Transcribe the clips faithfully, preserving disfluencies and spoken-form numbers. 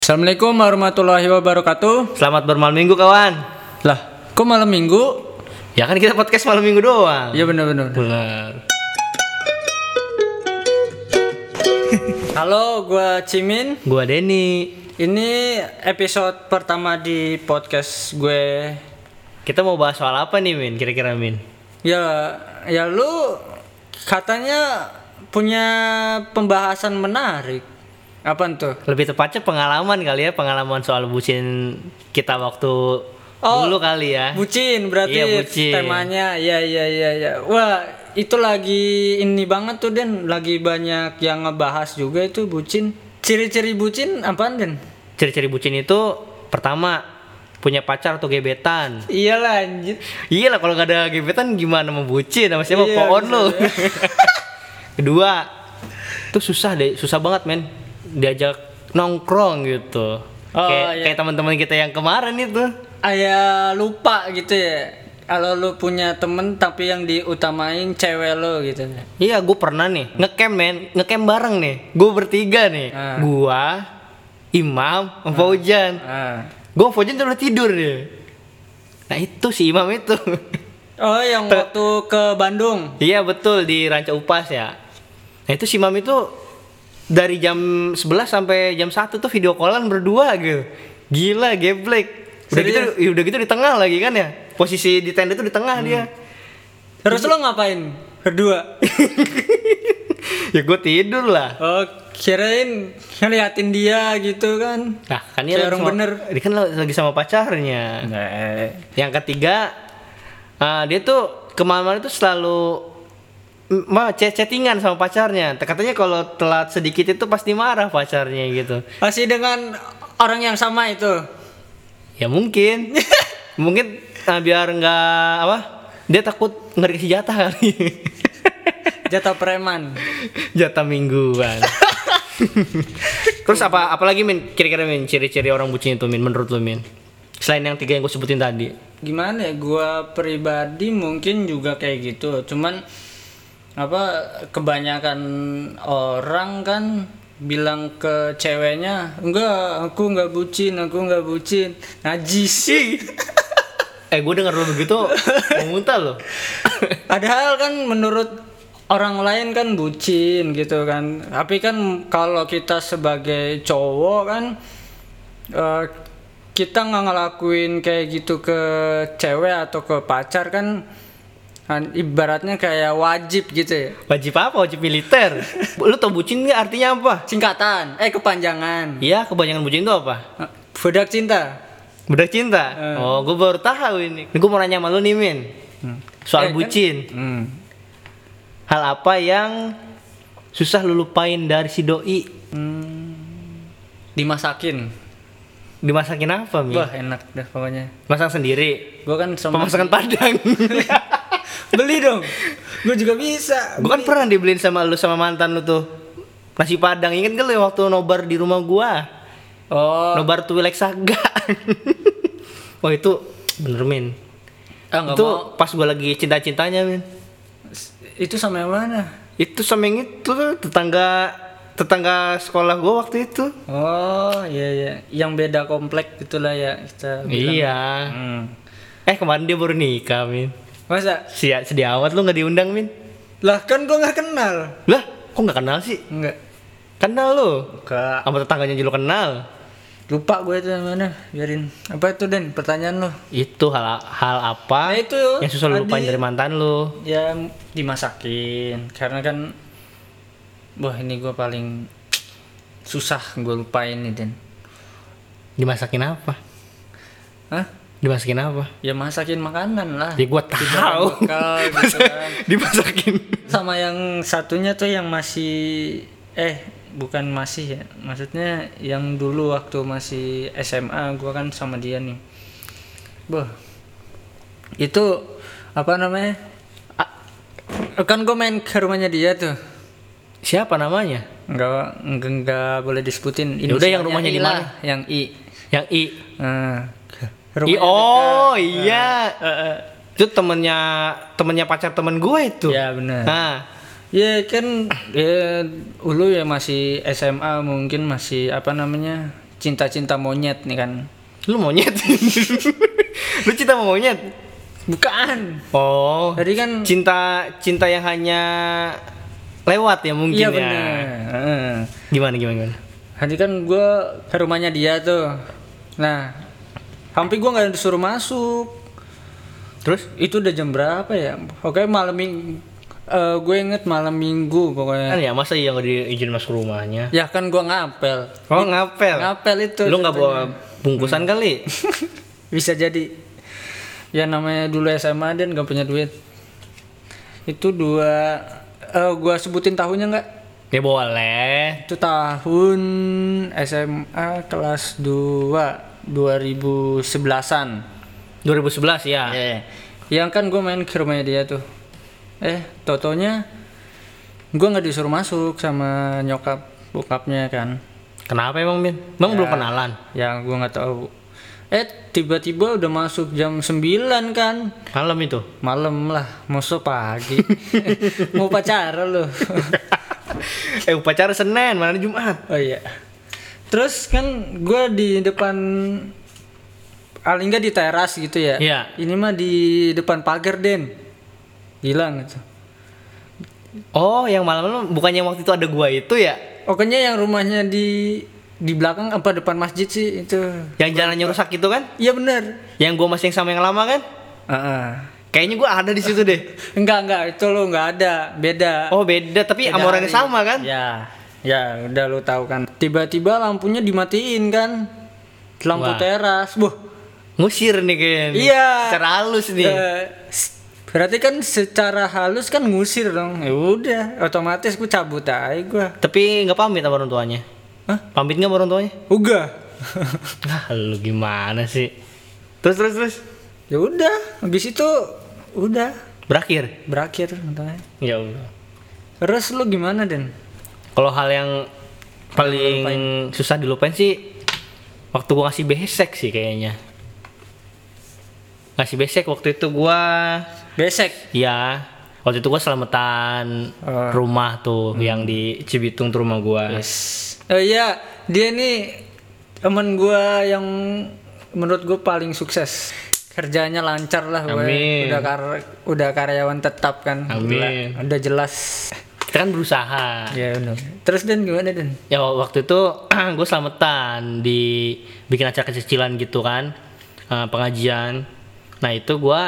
Assalamualaikum warahmatullahi wabarakatuh. Selamat bermalam minggu kawan. Lah, kok malam minggu? Ya kan kita podcast malam minggu doang. Iya benar-benar. Benar. Halo, gua Cimin. Gua Denny. Ini episode pertama di podcast gue. Kita mau bahas soal apa nih, Min? Kira-kira, Min? Ya, ya lu katanya punya pembahasan menarik. Apaan tuh? Lebih tepatnya pengalaman kali ya, pengalaman soal bucin kita waktu dulu kali ya. Bucin berarti Iya, bucin. temanya. Iya, iya, iya, iya. Wah, itu lagi ini banget tuh, Den. Lagi banyak yang ngebahas juga itu bucin. Ciri-ciri bucin apaan, Den? Ciri-ciri bucin itu pertama punya pacar atau gebetan. Iyalah anjir. Iya lah, kalau gak ada gebetan gimana mau bucin sama siapa? Iya, Pohon bisa lu. ya. Kedua, itu susah deh, susah banget men diajak nongkrong gitu. Oh, kayak iya. kayak teman-teman kita yang kemarin itu. Ayah lupa gitu ya. Kalau lu punya temen tapi yang diutamain cewek lo gitu. Iya, gue pernah nih ngecamp men, ngecamp bareng nih. Gue bertiga nih. Ah. Gua, Imam, sama Faujan. Ah. Gue Faujan tuh udah tidur deh. Nah itu si Imam itu. Oh, yang waktu ke Bandung. Iya betul, di Ranca Upas ya. Nah itu si Imam itu dari jam sebelas sampai jam satu tuh video callan berdua gitu. Gila, geblek. Udah gitu, Serius? ya udah gitu di tengah lagi kan ya. Posisi di tenda tuh di tengah dia. Terus lo ngapain? Berdua. Ya gue tidur lah. Oh, kirain ngeliatin dia gitu kan. Nah kan dia Kayak lagi orang sama, bener. dia kan lagi sama pacarnya. Yang ketiga, ah, dia tuh kemana-mana tuh selalu mm, mah chat- chattingan sama pacarnya. Katanya kalau telat sedikit itu pasti marah pacarnya gitu. Masih dengan orang yang sama itu. Ya mungkin, mungkin ah, biar nggak apa? Dia takut nggak dikasih jatah kali. Jatah preman. Jatah mingguan. Terus apa apalagi Min, kira-kira Min, ciri-ciri orang bucin itu Min, menurut lu Min? Selain yang tiga yang gue sebutin tadi. Gimana ya, gua pribadi mungkin juga kayak gitu. Cuman apa, kebanyakan orang kan bilang ke ceweknya, enggak, aku enggak bucin, aku enggak bucin. Najis sih. Eh gue denger lu begitu mau muntah lo. Padahal kan menurut orang lain kan bucin gitu kan. Tapi kan kalau kita sebagai cowok kan, eh, kita nggak ngelakuin kayak gitu ke cewek atau ke pacar kan, kan ibaratnya kayak wajib gitu ya. Wajib apa? Wajib militer. Lu tau bucin nggak artinya apa? Singkatan, eh kepanjangan. Iya, kebanyakan bucin itu apa? Budak cinta. Budak cinta. Eh. Oh, gue baru tahu ini. Gue mau nanya sama lu nih Min. Eh, Soal kan- bucin. Hmm. Hal apa yang susah lu lupain dari si doi? Dimasakin. Dimasakin apa Min? Wah, enak dah pokoknya. Masak sendiri. Gua kan sama Pemasakan Padang. beli dong. Gua juga bisa. Gue kan pernah dibeliin sama lu sama mantan lu tuh nasi Padang. Ingat gak lu yang waktu nobar di rumah gua? Oh. Nobar tuh Wilek Saga. Wah itu bener Min. Ah, nggak Itu mau. pas gua lagi cinta-cintanya Min. Itu sama yang mana? Itu sama yang itu tuh, tetangga tetangga sekolah gua waktu itu. Oh, iya iya. Yang beda komplek gitulah ya kita bilang. Iya. Hmm. Eh kemarin dia baru nikah Min. Masa? Sia sedih amat lu nggak diundang Min. Lah kan gua nggak kenal. Lah kok nggak kenal sih? Enggak. Kenal lu. Enggak. Sama tetangganya juga lu kenal. Lupa gue itu yang mana. Biarin. Apa itu, Den? Pertanyaan lo. Itu hal hal apa Nah, itu yang susah lu lupain tadi. dari mantan lu? Ya dimasakin. Karena kan, wah ini gue paling susah gue lupain nih, Den. Dimasakin apa? Hah? Dimasakin apa? Ya masakin makanan lah. Ya gua tahu. Bekal gitu kan. Dimasakin. Sama yang satunya tuh yang masih eh bukan masih ya, maksudnya yang dulu waktu masih S M A gua kan sama dia nih. Boh, itu apa namanya? A- kan gue main ke rumahnya dia tuh. Siapa namanya? Enggak, enggak, enggak boleh disebutin. Ya udah, yang rumahnya I di lah, mana? Yang I. Yang I. Nah, I rumahnya oh dekat. iya. Eh, eh. Itu temennya temennya pacar temen gue itu. Ya benar. Nah, Ya kan ya dulu ya masih S M A mungkin masih apa namanya cinta-cinta monyet nih kan. Lu monyet? Lu cinta sama monyet? Bukan. Oh. Jadi kan cinta cinta yang hanya lewat ya mungkin iya, ya. Bener. Uh. Gimana gimana gimana? Jadi kan gue ke rumahnya dia tuh. Nah, hampir gue nggak disuruh masuk. Terus itu udah jam berapa ya? Oke malam minggu. Uh, gue inget malam minggu pokoknya. Kan ya masa iya nggak diizin masuk rumahnya? Ya kan gue ngapel. Oh ngapel. Ngapel itu. Lu nggak bawa bungkusan hmm. kali? Bisa jadi. Ya namanya dulu S M A dan gak punya duit. Itu dua. Uh, gue sebutin tahunnya nggak? Ya boleh. Itu tahun S M A kelas dua dua ribu sebelas-an. dua ribu sebelas ya. Yeah. Yang kan gue main ke rumahnya dia tuh. Eh, totonya gue nggak disuruh masuk sama nyokap bokapnya kan. Kenapa emang Min? Emang ya, belum kenalan? Ya gue nggak tahu. Eh tiba-tiba udah masuk jam sembilan kan. Malam itu? Malam lah, musuh pagi. Mau pacaran loh. Eh upacara Senin, mana Jumat? Oh iya. Terus kan gue di depan, paling nggak di teras gitu ya. Iya. Ini mah di depan pagar Den. Hilang gitu. Oh yang malam-malam bukannya waktu itu ada gua itu ya? Pokoknya yang rumahnya di di belakang apa depan masjid sih itu. Yang jalannya rusak itu kan? Iya benar. Yang gua masih yang sama yang lama kan? Uh-uh. Kayaknya gua ada di situ deh. Enggak enggak itu lo enggak ada, beda. Oh beda tapi sama orang yang sama kan? Ya, ya udah lo tahu kan. Tiba-tiba lampunya dimatiin kan, lampu Wah. teras, boh. Ngusir nih kayaknya. Iya. Secara halus nih. Uh, berarti kan secara halus kan ngusir dong. Ya udah, otomatis gue cabut aja gue. Tapi nggak pamit sama orang tuanya? Hah? Pamit nggak sama orang tuanya? Uga. Ah lu gimana sih? Terus terus terus. Ya udah, habis itu udah berakhir berakhir katanya. Ya Allah. Terus lu gimana Den? Kalau hal yang paling susah dilupain sih waktu gua ngasih besek sih kayaknya. Ngasih besek waktu itu gua besek. Iya. Waktu itu gua selamatan uh. rumah tuh hmm. yang di Cibitung tuh rumah gua. Yes. Oh iya, dia nih temen gua yang menurut gua paling sukses. Kerjanya lancar lah, gue udah kar udah karyawan tetap kan. Amin. Udah, udah jelas. Kita kan berusaha. Ya benar. Terus Dan gimana Dan? Ya waktu itu gue selamatan di bikin acara kecil-kecilan gitu kan, uh, pengajian. Nah itu gue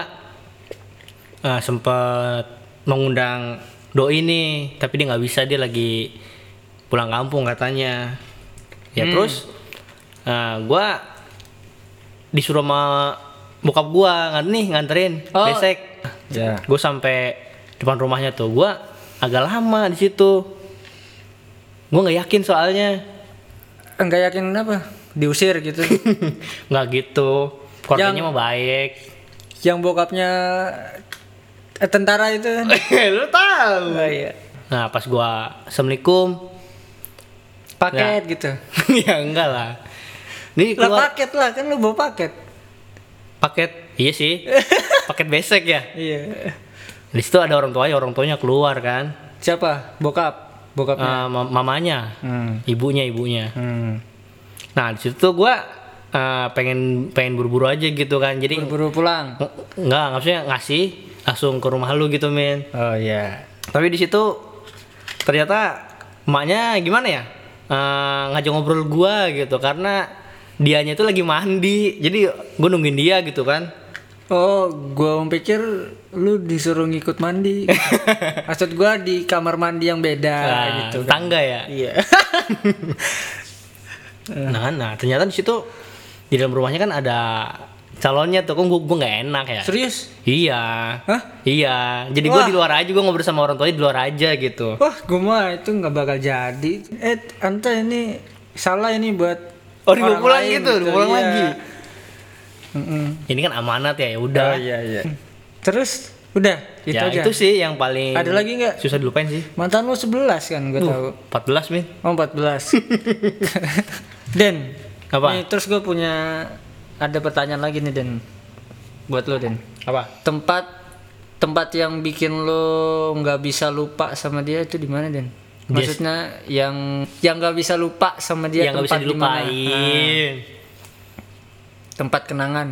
uh, sempet mengundang doi nih, tapi dia nggak bisa, dia lagi pulang kampung katanya. Ya hmm. terus uh, gue disuruh sama bokap gua nggak nih nganterin oh. besek. Ya. Gua sampai depan rumahnya tuh, gua agak lama di situ. Gua nggak yakin soalnya. Enggak yakin apa? Diusir gitu? Nggak gitu. Keluarganya mah baik. Yang bokapnya eh, tentara itu. Lu tahu? Oh, iya. Nah pas gua assalamualaikum. Paket nah. gitu? Ya enggak lah. Nih keluar... lah paket lah kan lu bawa paket. Paket, iya sih, paket besek ya. Iya. Di situ ada orang tuanya, orang tuanya keluar kan. Siapa? Bokap, bokapnya. Uh, mamanya, hmm. ibunya, ibunya. Hmm. Nah di situ tuh gue uh, pengen pengen buru-buru aja gitu kan. Jadi buru-buru pulang. Ng- enggak, maksudnya ngasih langsung ke rumah lu gitu men. Oh iya. Yeah. Tapi di situ ternyata emaknya gimana ya? Uh, ngajak ngobrol gue gitu karena dianya tuh lagi mandi, jadi gue nungguin dia gitu kan. Oh, gue pikir lu disuruh ngikut mandi. Maksud gue di kamar mandi yang beda nah, gitu. Kan. Tangga ya. Iya. nah, nah ternyata di situ di dalam rumahnya kan ada calonnya tuh, kok gue gue nggak enak ya. Serius? Iya. Hah? Iya. Jadi gue di luar aja, gue ngobrol sama orang tuanya di luar aja gitu. Wah, gue mah itu nggak bakal jadi. Eh, ante ini salah ini buat. Oh dibawa pulang gitu, dibawa pulang iya. lagi. Mm-mm. Ini kan amanat ya, udah. Oh, iya iya. Terus udah itu ya, aja. Itu sih yang paling. Ada lagi nggak? Susah dilupain sih. Mantan lu sebelas kan, gue uh, tahu. empat belas min. Oh empat belas. Den. Apa? Nih, terus gue punya ada pertanyaan lagi nih Den. Buat lo Den. Apa? Tempat tempat yang bikin lo nggak bisa lupa sama dia itu di mana Den? Maksudnya yang yang nggak bisa lupa sama dia, yang nggak bisa dilupain. Nah, tempat kenangan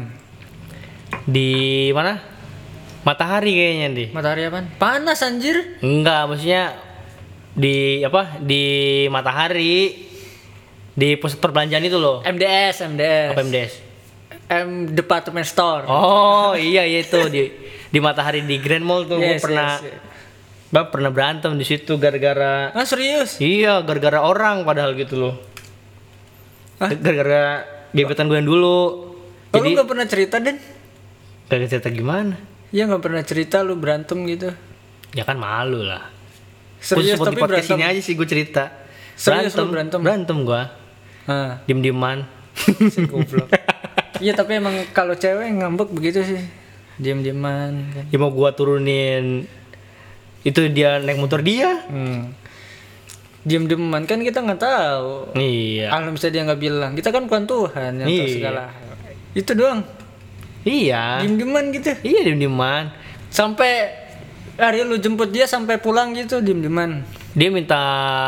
di mana? Matahari kayaknya deh. Matahari apaan? Panas anjir. Enggak, maksudnya di apa? Di Matahari, di pusat perbelanjaan itu loh. M D S, M D S. Apa M D S? M Department Store. Oh iya iya itu di di Matahari di Grand Mall tuh. Yes, Gue pernah yes, yes. Bang pernah berantem di situ gara-gara. Ah serius? Iya, gara-gara orang padahal gitu loh. Hah? Gara-gara gebetan gue yang dulu. Oh, Jadi lu gak pernah cerita, Den? gak cerita gimana? Iya gak pernah cerita lu berantem gitu. Ya kan malu lah. Serius Khusus tapi di podcast berantem. ini aja sih gue cerita. Serius berantem, lu berantem? Berantem gue. Ah, Diem-dieman. si goblok. Iya tapi emang kalau cewek ngambek begitu sih. Diam-diaman kan. Ya mau gue turunin. Itu dia naik motor dia. Hmm. Diam-diaman kan kita nggak tahu. Iya. Alam bisa dia nggak bilang. Kita kan bukan Tuhan yang tahu Iya. segala hal. Itu doang. Iya. Diam-diaman gitu. Iya diem-dieman. Sampai hari lu jemput dia sampai pulang gitu diam-diaman. Dia minta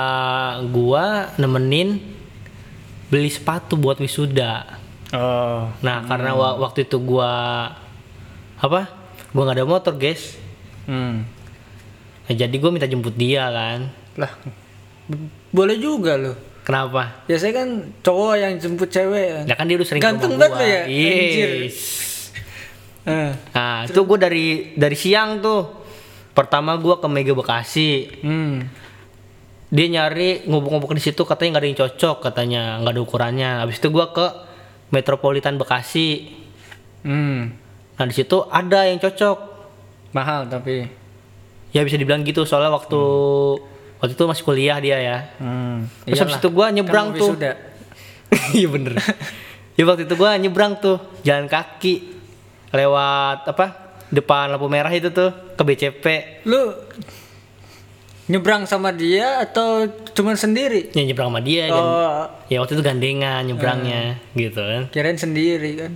gua nemenin beli sepatu buat wisuda. Oh. Nah, karena wa- waktu itu gua apa? Gua nggak ada motor, guys. Hmm. Nah, jadi gua minta jemput dia kan. Lah. b- Boleh juga lo. Kenapa? Biasanya kan cowok yang jemput cewek. Ya kan dia udah sering ke Ganteng rumah banget gua. lu ya, anjir. Yes. Eh. Nah, itu gua dari dari siang tuh. Pertama gua ke Mega Bekasi. Hmm. Dia nyari ngubuk-ngubuk di situ katanya nggak ada yang cocok, katanya nggak ada ukurannya. Habis itu gua ke Metropolitan Bekasi. Hmm. Nah, di situ ada yang cocok. Mahal tapi. Ya bisa dibilang gitu soalnya waktu hmm. waktu itu masih kuliah dia ya. Hmm. Terus habis itu gua nyebrang Kan tuh. wisuda. Iya bener. Ya waktu itu gua nyebrang tuh jalan kaki lewat apa depan lampu merah itu tuh ke B C P. Lu nyebrang sama dia atau cuman sendiri? Ya nyebrang sama dia dan Oh, ya waktu itu gandengan nyebrangnya gitu kan. kirain sendiri kan.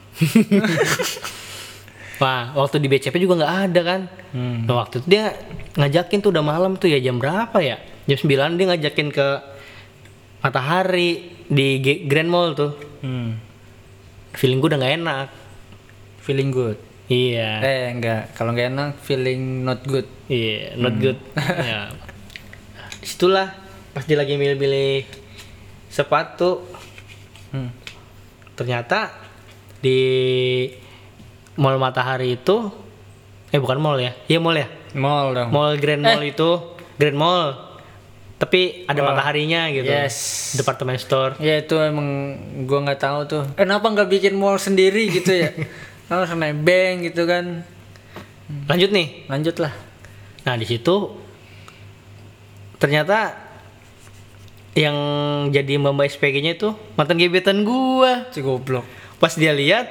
Wah waktu di B C P juga nggak ada kan. Hmm. Nah waktu itu dia ngajakin tuh udah malam tuh ya jam berapa ya? Jam sembilan dia ngajakin ke Matahari di G- Grand Mall tuh. Hmm. Feeling gue udah nggak enak. Feeling good. Iya. Eh enggak, kalau nggak enak feeling not good. Iya, not good. Ya. Disitulah pas dia lagi milih-milih sepatu, Hmm. ternyata di Mall Matahari itu, eh bukan mall ya, iya mall ya, Mall dong. Mall Grand Eh. Mall itu, Grand Mall, tapi ada Oh. mataharinya gitu, Yes. departemen store. Ya itu emang gua nggak tahu tuh. Kenapa nggak bikin mall sendiri gitu ya? Harus nebeng gitu kan. Lanjut nih, Lanjut lah. nah di situ ternyata yang jadi mbak S P G-nya itu mantan gebetan gua. Si goblok. Pas dia lihat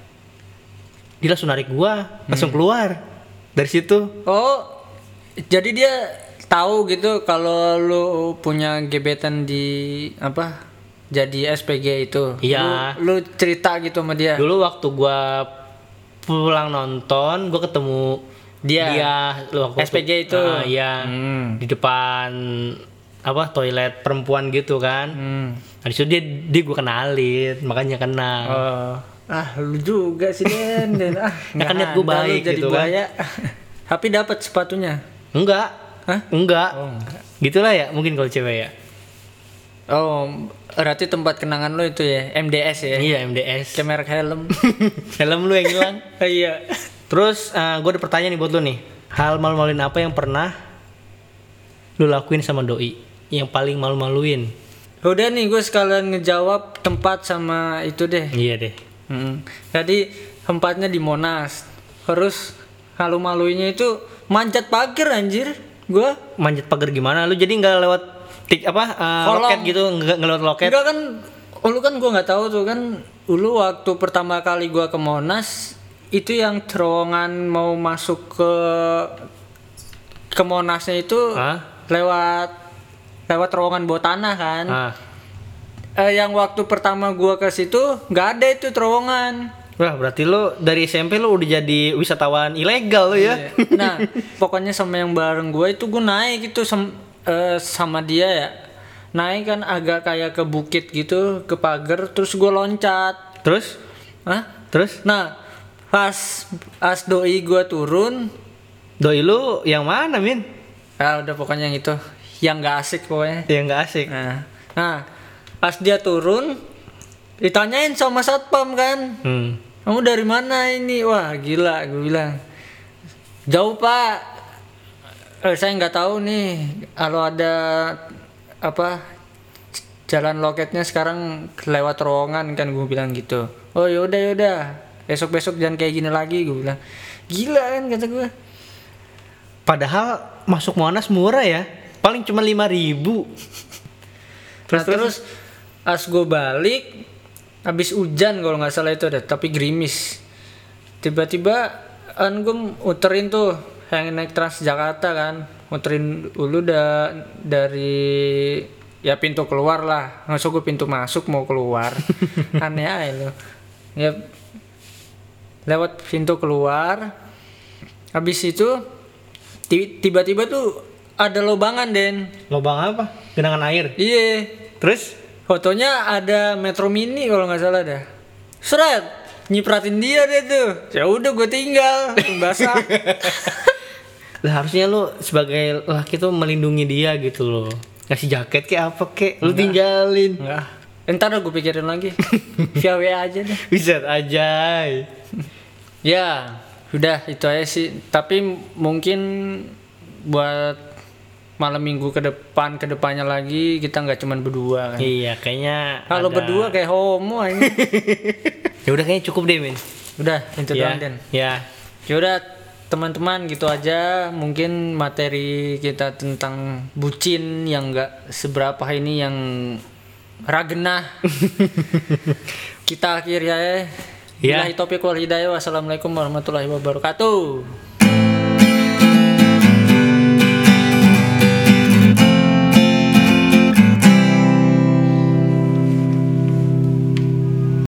dia langsung narik gua, langsung keluar dari situ. Oh, jadi dia tahu gitu kalau lu punya gebetan di apa? Jadi S P G itu. Iya. Lu, lu cerita gitu sama dia. Dulu waktu gua pulang nonton, gua ketemu Dia. dia waktu S P G itu. Ah, iya. Hmm. Di depan apa toilet perempuan gitu kan. Hmm. Nah, di situ dia dia gua kenalin, makanya kenal. Oh. Ah, lu juga sih Den. Den. Ah, Ya kan nggak niat gua ada lu baik jadi gitu kan. buaya. Tapi dapat sepatunya. Enggak. Hah? Enggak. Oh, enggak. Gitulah ya, mungkin kalau cewek ya. Oh, berarti tempat kenangan lo itu ya, M D S ya? Iya, M D S. Kayak merek helm. Helm lu yang hilang. Iya. Terus uh, gue ada pertanyaan nih buat lu nih. Hal malu-maluin apa yang pernah lu lakuin sama doi? Yang paling malu-maluin? Udah nih gue sekalian ngejawab tempat sama itu deh. Iya deh. Hmm. Jadi tempatnya di Monas. Terus halu maluinya itu manjat pagar anjir. Gue Manjat pagar gimana? Lu jadi nggak lewat tik apa uh, Kolong. loket gitu? Nggak nggak lewat loket? enggak kan, dulu kan gue nggak tahu tuh kan. Dulu waktu pertama kali gue ke Monas itu yang terowongan mau masuk ke ke Monasnya itu Hah? lewat lewat terowongan bawah tanah kan. Ah. Eh, yang waktu pertama gua ke situ nggak ada itu terowongan. Wah berarti lu dari S M P lu udah jadi wisatawan ilegal lu ya? Nah, pokoknya sama yang bareng gua itu gua naik itu sem- uh, sama dia ya. Naik kan agak kayak ke bukit gitu, ke pagar, terus gue loncat. Terus? Hah? Terus? Nah, pas pas doi gue turun. Doi lu yang mana, Min? Ah udah pokoknya yang itu, yang nggak asik pokoknya. Yang nggak asik. Nah, nah, pas dia turun, ditanyain sama satpam kan. Hmm. Kamu dari mana ini? Wah gila, gue bilang. Jauh pak. Eh, saya nggak tahu nih. Kalau ada apa jalan loketnya sekarang lewat terowongan kan, gue bilang gitu. Oh yaudah yaudah. Besok besok jangan kayak gini lagi, gue bilang. Gila kan kata gue. Padahal masuk Monas murah ya. Paling cuma lima ribu. Terus nah, terus pas gue balik habis hujan kalau nggak salah itu ada, tapi gerimis. Tiba-tiba kan gue muterin tuh yang naik Transjakarta kan, muterin dulu da, dari ya pintu keluar lah. Masuk gue pintu masuk mau keluar. Aneh aja lo. Ya lewat pintu keluar. Habis itu tiba-tiba tuh ada lobangan, Den. Lobang apa? Genangan air. Iya. Terus fotonya ada Metro Mini kalau nggak salah dah. Seret, nyipratin dia deh tuh. Ya udah gue tinggal, basah. Lah harusnya lu sebagai laki tuh melindungi dia gitu loh. Ngasih jaket kayak apa kek, lu Enggak. tinggalin. Enggak. Entar gue pikirin lagi. Via W A aja deh. Bisa aja. Ya, udah itu aja sih. Tapi mungkin buat malam minggu ke depan ke depannya lagi kita nggak cuman berdua kan. Iya, kayaknya kalau ada... berdua kayak homo aja. Ya udah kayaknya cukup deh, Min. Udah, itu ya, doang, Den. Ya. Ya udah teman-teman gitu aja, mungkin materi kita tentang bucin yang nggak seberapa ini yang ragenah. Kita akhiri ya. Billahi taufiq wal hidayah. Wassalamualaikum warahmatullahi wabarakatuh.